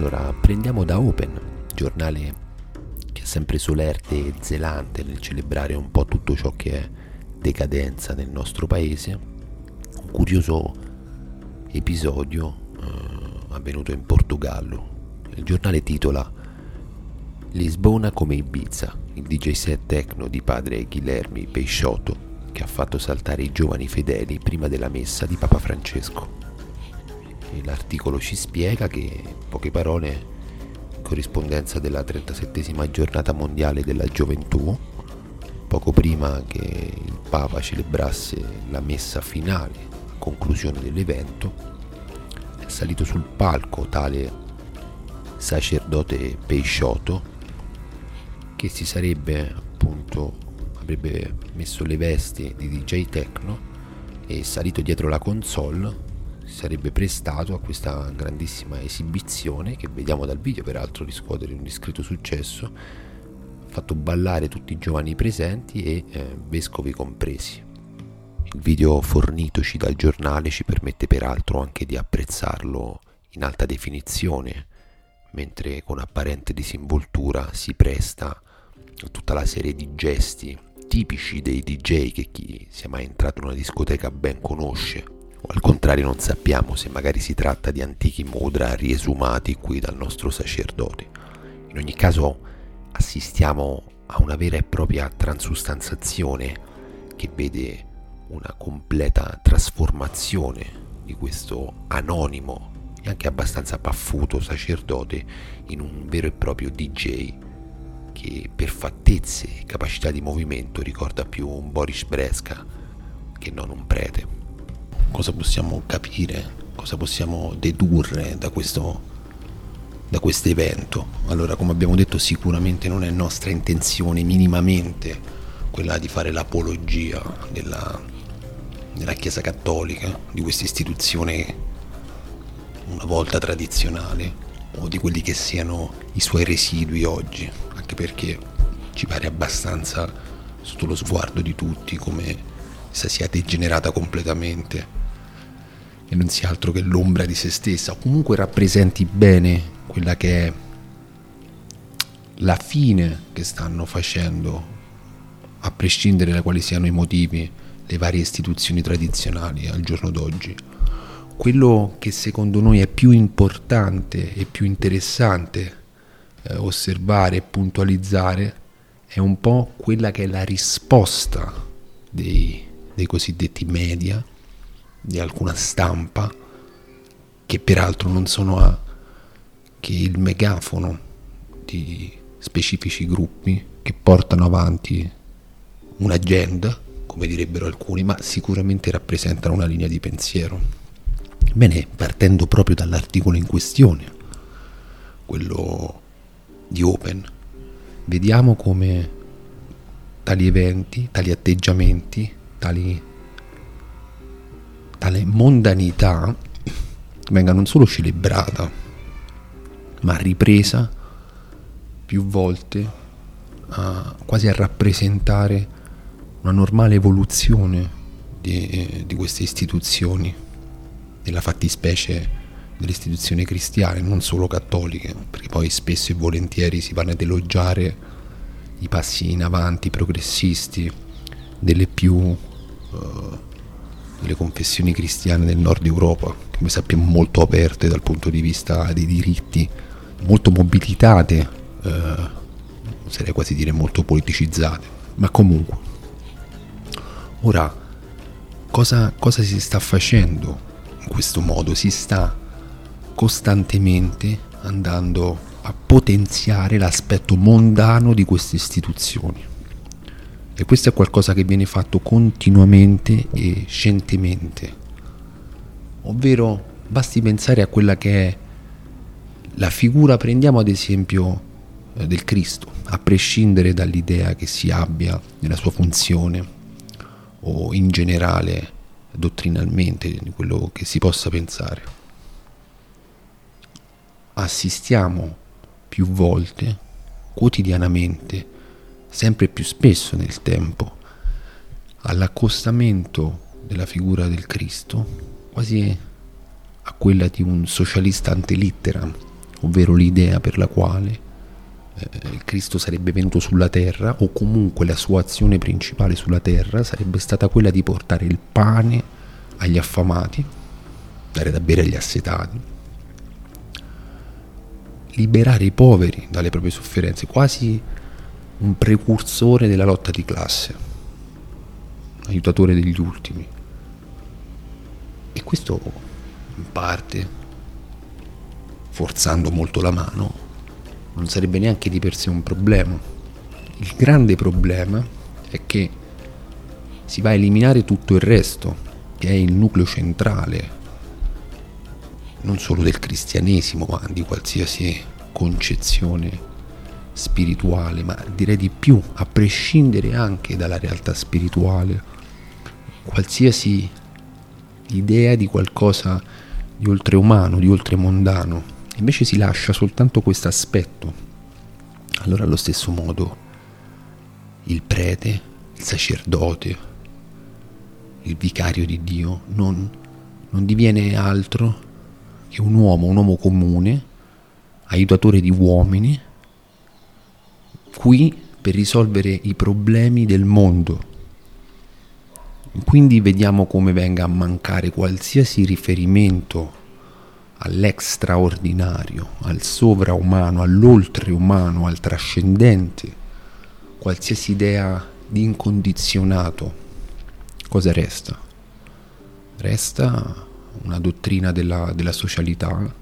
Allora, prendiamo da Open, giornale che è sempre solerte e zelante nel celebrare un po' tutto ciò che è decadenza nel nostro paese. Un curioso episodio avvenuto in Portogallo. Il giornale titola Lisbona come Ibiza, il DJ set techno di padre Guilherme Peixoto che ha fatto saltare i giovani fedeli prima della messa di Papa Francesco. E l'articolo ci spiega che, in poche parole, in corrispondenza della 37esima giornata mondiale della gioventù, poco prima che il Papa celebrasse la messa finale a conclusione dell'evento, è salito sul palco tale sacerdote Peixoto che si sarebbe avrebbe messo le vesti di DJ techno e salito dietro la console si sarebbe prestato a questa grandissima esibizione che vediamo dal video, peraltro riscuotere un discreto successo, fatto ballare tutti i giovani presenti e vescovi compresi. Il video fornitoci dal giornale ci permette peraltro anche di apprezzarlo in alta definizione, mentre con apparente disinvoltura si presta a tutta la serie di gesti tipici dei DJ che chi sia mai entrato in una discoteca ben conosce, o al contrario non sappiamo se magari si tratta di antichi mudra riesumati qui dal nostro sacerdote. In ogni caso assistiamo a una vera e propria transustanzazione che vede una completa trasformazione di questo anonimo e anche abbastanza paffuto sacerdote in un vero e proprio DJ che per fattezze e capacità di movimento ricorda più un Boris Brejcha che non un prete. Cosa possiamo capire, cosa possiamo dedurre da questo evento? Allora, come abbiamo detto, sicuramente non è nostra intenzione minimamente quella di fare l'apologia della Chiesa Cattolica, di questa istituzione una volta tradizionale, o di quelli che siano i suoi residui oggi, anche perché ci pare abbastanza sotto lo sguardo di tutti come essa sia degenerata completamente e non sia altro che l'ombra di se stessa, o comunque rappresenti bene quella che è la fine che stanno facendo, a prescindere da quali siano i motivi, le varie istituzioni tradizionali al giorno d'oggi. Quello che secondo noi è più importante e più interessante osservare e puntualizzare è un po' quella che è la risposta dei cosiddetti media, di alcuna stampa, che peraltro non sono che il megafono di specifici gruppi che portano avanti un'agenda, come direbbero alcuni, ma sicuramente rappresentano una linea di pensiero. Bene, partendo proprio dall'articolo in questione, quello di Open, vediamo come tali eventi, tali atteggiamenti, tale mondanità venga non solo celebrata, ma ripresa più volte quasi a rappresentare una normale evoluzione di queste istituzioni, nella fattispecie delle istituzioni cristiane, non solo cattoliche, perché poi spesso e volentieri si vanno ad elogiare i passi in avanti progressisti delle confessioni cristiane del nord Europa, che come sappiamo molto aperte dal punto di vista dei diritti, molto mobilitate, oserei quasi dire molto politicizzate, ma comunque. Ora, cosa si sta facendo in questo modo? Si sta costantemente andando a potenziare l'aspetto mondano di queste istituzioni, e questo è qualcosa che viene fatto continuamente e scientemente, ovvero basti pensare a quella che è la figura, prendiamo ad esempio del Cristo, a prescindere dall'idea che si abbia nella sua funzione o in generale dottrinalmente di quello che si possa pensare. Assistiamo più volte, quotidianamente, sempre più spesso nel tempo, all'accostamento della figura del Cristo quasi a quella di un socialista ante litteram, ovvero l'idea per la quale il Cristo sarebbe venuto sulla terra, o comunque la sua azione principale sulla terra sarebbe stata quella di portare il pane agli affamati, dare da bere agli assetati, liberare i poveri dalle proprie sofferenze, quasi un precursore della lotta di classe, aiutatore degli ultimi. E questo in parte, forzando molto la mano, non sarebbe neanche di per sé un problema. Il grande problema è che si va a eliminare tutto il resto, che è il nucleo centrale non solo del cristianesimo, ma di qualsiasi concezione spirituale, ma direi di più, a prescindere anche dalla realtà spirituale, qualsiasi idea di qualcosa di oltreumano, di oltremondano. Invece si lascia soltanto questo aspetto. Allora, allo stesso modo, il prete, il sacerdote, il vicario di Dio non diviene altro che un uomo comune, aiutatore di uomini, qui per risolvere i problemi del mondo. Quindi vediamo come venga a mancare qualsiasi riferimento all'extraordinario, al sovraumano, all'oltreumano, al trascendente, qualsiasi idea di incondizionato. Cosa resta? Resta una dottrina della socialità,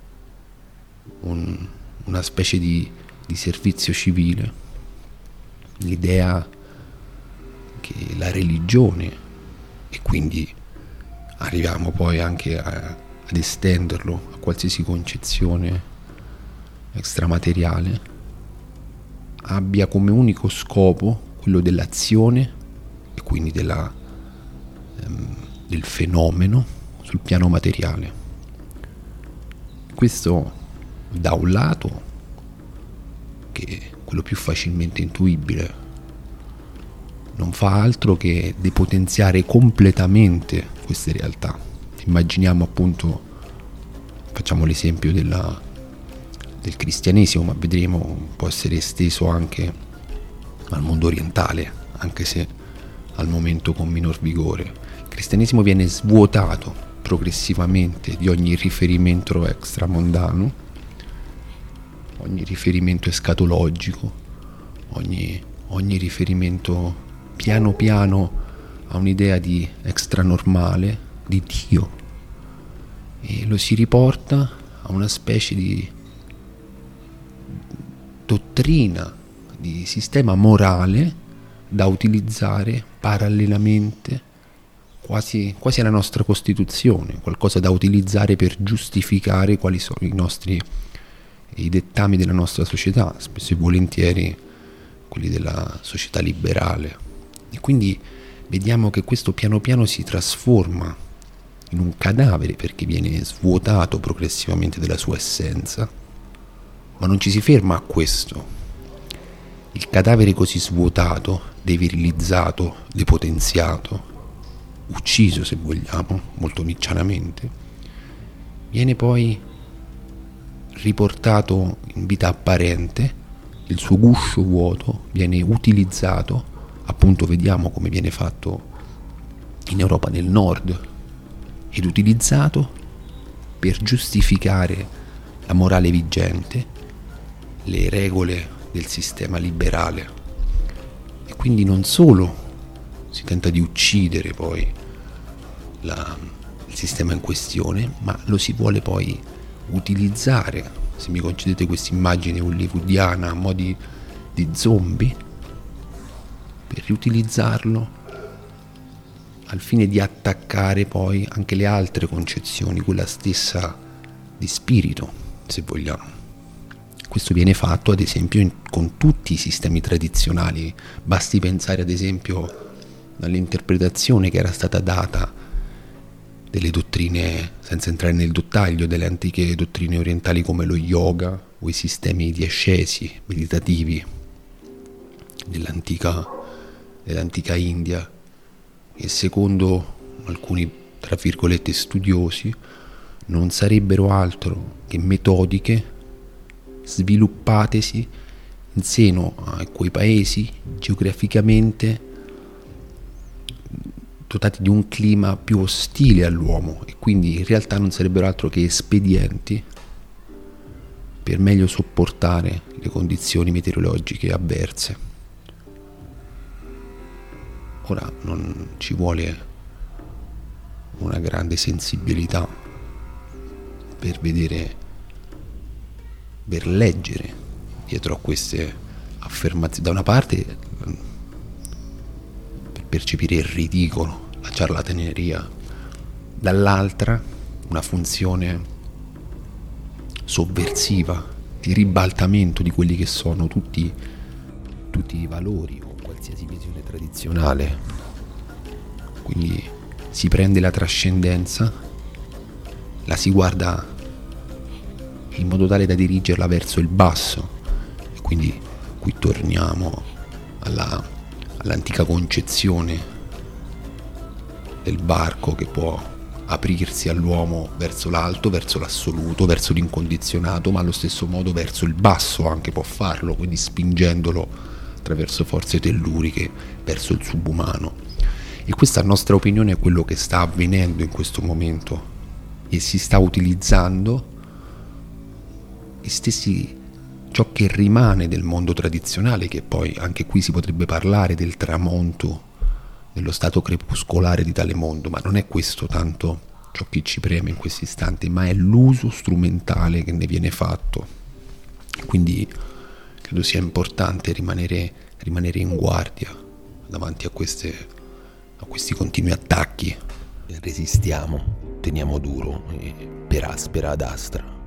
una specie di servizio civile, l'idea che la religione, e quindi arriviamo poi anche ad estenderlo a qualsiasi concezione extramateriale, abbia come unico scopo quello dell'azione e quindi del fenomeno sul piano materiale. Questo da un lato, che è quello più facilmente intuibile, non fa altro che depotenziare completamente queste realtà. Immaginiamo appunto, facciamo l'esempio del cristianesimo, ma vedremo può essere esteso anche al mondo orientale, anche se al momento con minor vigore. Il cristianesimo viene svuotato progressivamente di ogni riferimento extramondano, ogni riferimento escatologico, ogni riferimento piano piano a un'idea di extranormale, di Dio, e lo si riporta a una specie di dottrina, di sistema morale da utilizzare parallelamente quasi alla nostra Costituzione, qualcosa da utilizzare per giustificare quali sono i dettami della nostra società, spesso e volentieri quelli della società liberale. E quindi vediamo che questo piano piano si trasforma in un cadavere, perché viene svuotato progressivamente della sua essenza. Ma non ci si ferma a questo. Il cadavere così svuotato, devirilizzato, depotenziato, ucciso se vogliamo, molto niccianamente, viene poi riportato in vita apparente, il suo guscio vuoto viene utilizzato, appunto vediamo come viene fatto in Europa del Nord, ed utilizzato per giustificare la morale vigente, le regole del sistema liberale. E quindi non solo si tenta di uccidere poi il sistema in questione, ma lo si vuole poi utilizzare, se mi concedete questa immagine hollywoodiana a mo' di zombie, per riutilizzarlo al fine di attaccare poi anche le altre concezioni, quella stessa di spirito, se vogliamo. Questo viene fatto ad esempio con tutti i sistemi tradizionali. Basti pensare ad esempio all'interpretazione che era stata data delle dottrine, senza entrare nel dettaglio, delle antiche dottrine orientali come lo yoga o i sistemi di ascesi meditativi dell'antica India, che secondo alcuni, tra virgolette, studiosi non sarebbero altro che metodiche sviluppatesi in seno a quei paesi geograficamente dotati di un clima più ostile all'uomo, e quindi in realtà non sarebbero altro che espedienti per meglio sopportare le condizioni meteorologiche avverse. Ora non ci vuole una grande sensibilità per vedere, per leggere dietro a queste affermazioni. Da una parte per percepire il ridicolo, la ciarlataneria, dall'altra una funzione sovversiva di ribaltamento di quelli che sono tutti i valori o qualsiasi visione tradizionale. Quindi si prende la trascendenza, la si guarda in modo tale da dirigerla verso il basso, e quindi qui torniamo all'antica concezione del barco che può aprirsi all'uomo verso l'alto, verso l'assoluto, verso l'incondizionato, ma allo stesso modo verso il basso anche può farlo, quindi spingendolo attraverso forze telluriche verso il subumano. E questa, a nostra opinione, è quello che sta avvenendo in questo momento, e si sta utilizzando ciò che rimane del mondo tradizionale, che poi anche qui si potrebbe parlare del tramonto, dello stato crepuscolare di tale mondo, ma non è questo tanto ciò che ci preme in questo istante, ma è l'uso strumentale che ne viene fatto. Quindi credo sia importante rimanere in guardia davanti a questi continui attacchi. Resistiamo, teniamo duro, per aspera ad astra.